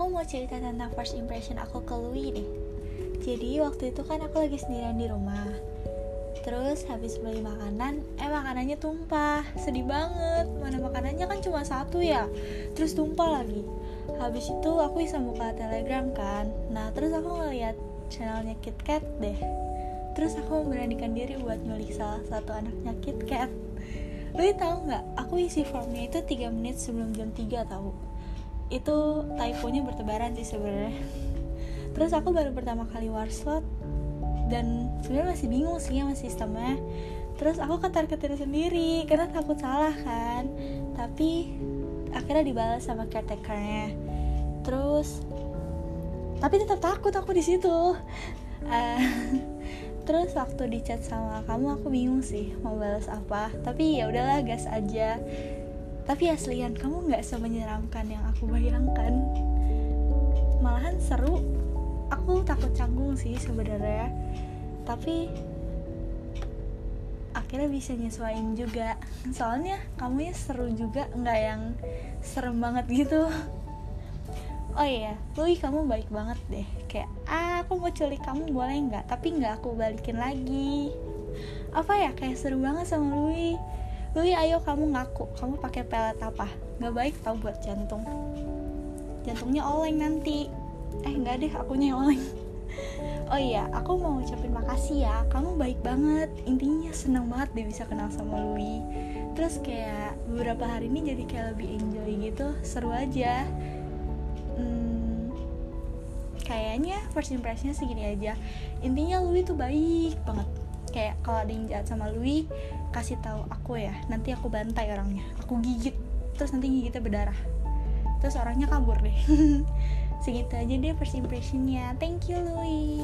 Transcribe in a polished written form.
Aku mau cerita tentang first impression aku ke Louis deh. Jadi waktu itu kan aku lagi sendirian di rumah. Terus habis beli makanan, makanannya tumpah. Sedih banget, mana makanannya kan cuma satu ya. Terus tumpah lagi. Habis itu aku iseng buka Telegram kan. Nah terus aku ngeliat channelnya KitKat deh. Terus aku memberanikan diri buat nyulik salah satu anaknya KitKat. Lu tahu nggak? Aku isi formnya itu 3 menit sebelum jam 3 tahu. Itu typonya bertebaran sih sebenarnya. Terus aku baru pertama kali warslot dan sebenarnya masih bingung sih sama sistemnya. Terus aku ketar-ketir sendiri karena takut salah kan. Tapi akhirnya dibalas sama caretakernya. Tapi tetap takut aku di situ. Terus waktu di chat sama kamu aku bingung sih mau balas apa. Tapi ya udahlah, gas aja. Tapi aslian kamu nggak semenyeramkan yang aku bayangkan. Malahan seru. Aku takut canggung sih sebenarnya. Tapi akhirnya bisa nyesuaiin juga. Soalnya kamunya seru juga, nggak yang serem banget gitu. Oh iya, Louis kamu baik banget deh. Kayak, aku mau culik kamu boleh nggak? Tapi nggak aku balikin lagi. Apa ya, kayak seru banget sama Louis. Louis ayo kamu ngaku, kamu pakai pelet apa? Nggak baik tau buat jantung. Jantungnya oleng nanti. Nggak deh, akunya yang oleng. Oh iya, aku mau ucapin makasih ya. Kamu baik banget. Intinya seneng banget deh bisa kenal sama Louis. Terus kayak beberapa hari ini jadi kayak lebih enjoy gitu. Seru aja. Kayaknya first impressionnya segini aja. Intinya Louis tuh baik banget. Kayak kalau ada yang jahat sama Louis, kasih tahu aku ya. Nanti aku bantai orangnya. Aku gigit. Terus nanti gigitnya berdarah. Terus orangnya kabur deh. Segitu aja deh first impressionnya. Thank you Louis.